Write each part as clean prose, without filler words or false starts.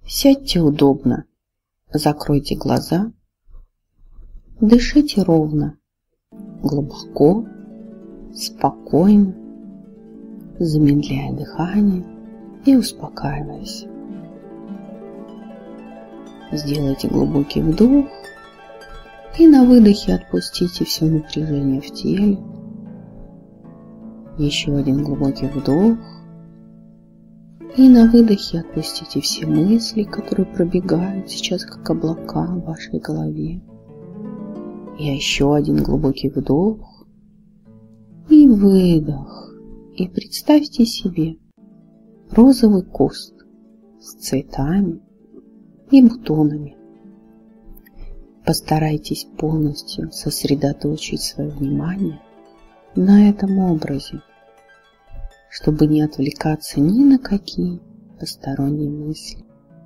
Сядьте удобно, закройте глаза, дышите ровно, глубоко, спокойно, замедляя дыхание и успокаиваясь. Сделайте глубокий вдох и на выдохе отпустите все напряжение в теле. Еще один глубокий вдох. И на выдохе отпустите все мысли, которые пробегают сейчас как облака в вашей голове. И еще один глубокий вдох и выдох. И представьте себе розовый куст с цветами и бутонами. Постарайтесь полностью сосредоточить свое внимание на этом образе, чтобы не отвлекаться ни на какие посторонние мысли.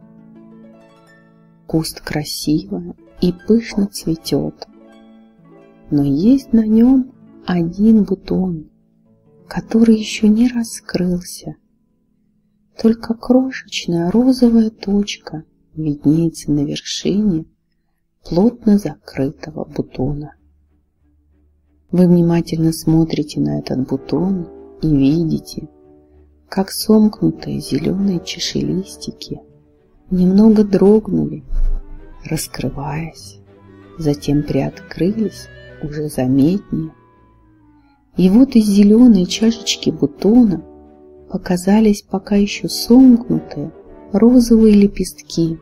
Куст красиво и пышно цветет, но есть на нем один бутон, который еще не раскрылся. Только крошечная розовая точка виднеется на вершине плотно закрытого бутона. Вы внимательно смотрите на этот бутон и видите, как сомкнутые зеленые чашелистики немного дрогнули, раскрываясь, затем приоткрылись уже заметнее. И вот из зеленой чашечки бутона показались пока еще сомкнутые розовые лепестки.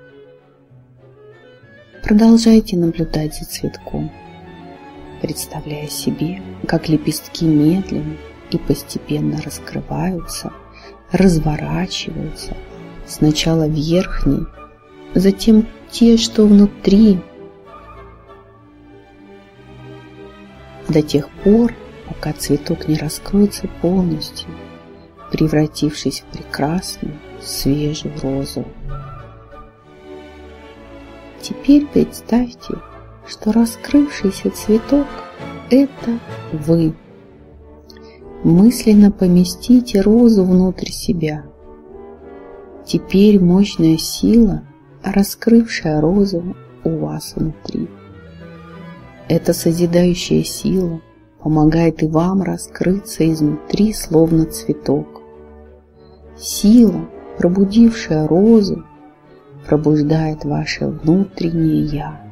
Продолжайте наблюдать за цветком, представляя себе, как лепестки медленно и постепенно раскрываются, разворачиваются, сначала верхние, затем те, что внутри, до тех пор, пока цветок не раскроется полностью, превратившись в прекрасную, свежую розу. Теперь представьте, что раскрывшийся цветок – это вы. Мысленно поместите розу внутрь себя. Теперь мощная сила, раскрывшая розу, у вас внутри. Эта созидающая сила помогает и вам раскрыться изнутри, словно цветок. Сила, пробудившая розу, пробуждает ваше внутреннее «Я».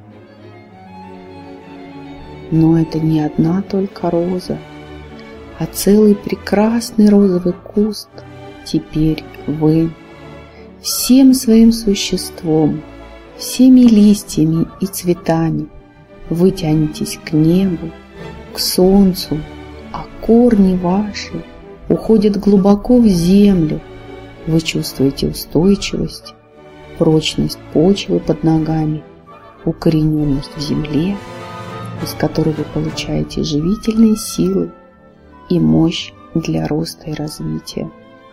Но это не одна только роза, а целый прекрасный розовый куст. Теперь вы всем своим существом, всеми листьями и цветами вы тянетесь к небу, к солнцу, а корни ваши уходят глубоко в землю. Вы чувствуете устойчивость, прочность почвы под ногами, укорененность в земле, из которой вы получаете живительные силы и мощь для роста и развития.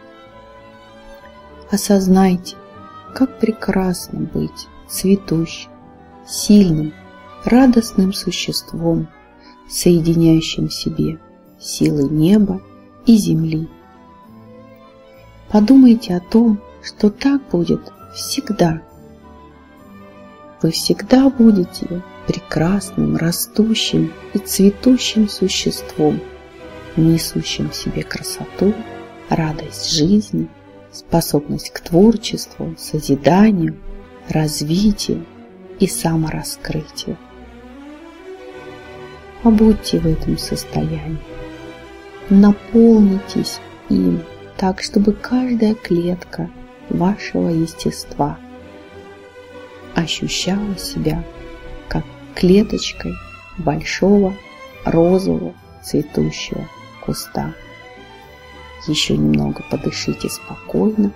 Осознайте, как прекрасно быть цветущим, сильным, радостным существом, соединяющим в себе силы неба и земли. Подумайте о том, что так будет всегда. Вы всегда будете прекрасным, растущим и цветущим существом, несущим в себе красоту, радость жизни, способность к творчеству, созиданию, развитию и самораскрытию. Побудьте в этом состоянии, наполнитесь им так, чтобы каждая клетка вашего естества ощущала себя как клеточкой большого розового цветущего куста. Еще немного подышите спокойно,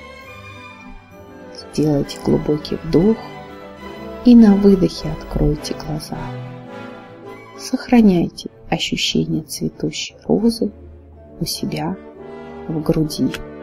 сделайте глубокий вдох и на выдохе откройте глаза. Сохраняйте ощущение цветущей розы у себя в груди.